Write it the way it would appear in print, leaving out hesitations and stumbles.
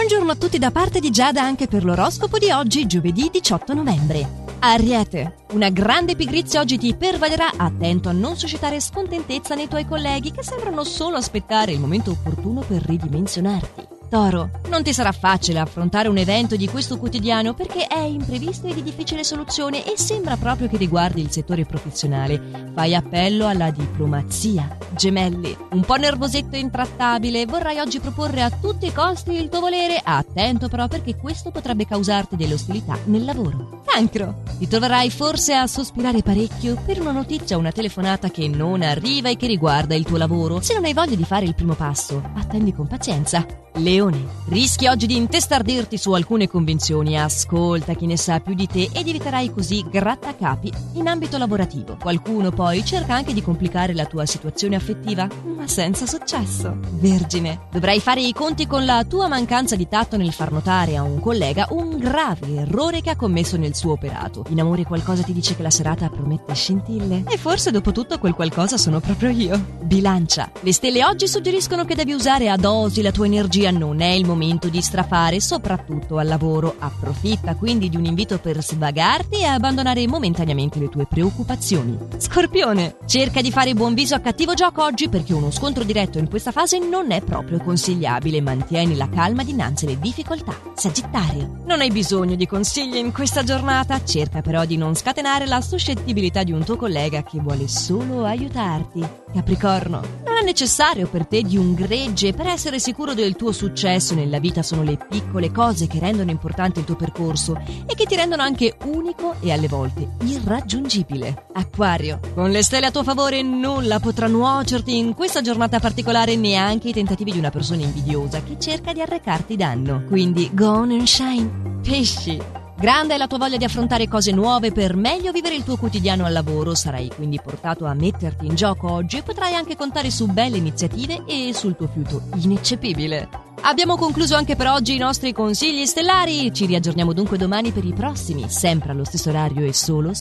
Buongiorno a tutti da parte di Giada anche per l'oroscopo di oggi, giovedì 18 novembre. Ariete, una grande pigrizia oggi ti pervaderà, attento a non suscitare scontentezza nei tuoi colleghi che sembrano solo aspettare il momento opportuno per ridimensionarti. Toro, non ti sarà facile affrontare un evento di questo quotidiano perché è imprevisto e di difficile soluzione e sembra proprio che riguardi il settore professionale. Fai appello alla diplomazia. Gemelli, un po' nervosetto e intrattabile, vorrai oggi proporre a tutti i costi il tuo volere, attento però perché questo potrebbe causarti delle ostilità nel lavoro. Cancro, ti troverai forse a sospirare parecchio per una notizia o una telefonata che non arriva e che riguarda il tuo lavoro. Se non hai voglia di fare il primo passo, attendi con pazienza. Leone, rischi oggi di intestardirti su alcune convinzioni, ascolta chi ne sa più di te ed eviterai così grattacapi in ambito lavorativo. Qualcuno poi cerca anche di complicare la tua situazione affettiva, ma senza successo. Vergine, dovrai fare i conti con la tua mancanza di tatto nel far notare a un collega un grave errore che ha commesso nel suo operato. In amore qualcosa ti dice che la serata promette scintille e forse dopo tutto quel qualcosa sono proprio io. Bilancia, le stelle oggi suggeriscono che devi usare a dosi la tua energia. Non è il momento di strafare, soprattutto al lavoro. Approfitta quindi di un invito per svagarti e abbandonare momentaneamente le tue preoccupazioni. Scorpione, cerca di fare buon viso a cattivo gioco oggi perché uno scontro diretto in questa fase non è proprio consigliabile. Mantieni la calma dinanzi alle difficoltà. Sagittario, non hai bisogno di consigli in questa giornata, cerca però di non scatenare la suscettibilità di un tuo collega che vuole solo aiutarti. Capricorno, non è necessario per te di un gregge per essere sicuro del tuo successo nella vita. Sono le piccole cose che rendono importante il tuo percorso e che ti rendono anche unico e alle volte irraggiungibile. Acquario, con le stelle a tuo favore nulla potrà nuocerti in questa giornata particolare, neanche i tentativi di una persona invidiosa che cerca di arrecarti danno. Quindi go on and shine. Pesci, grande è la tua voglia di affrontare cose nuove per meglio vivere il tuo quotidiano al lavoro, sarai quindi portato a metterti in gioco oggi e potrai anche contare su belle iniziative e sul tuo fiuto ineccepibile. Abbiamo concluso anche per oggi i nostri consigli stellari, ci riaggiorniamo dunque domani per i prossimi, sempre allo stesso orario e solo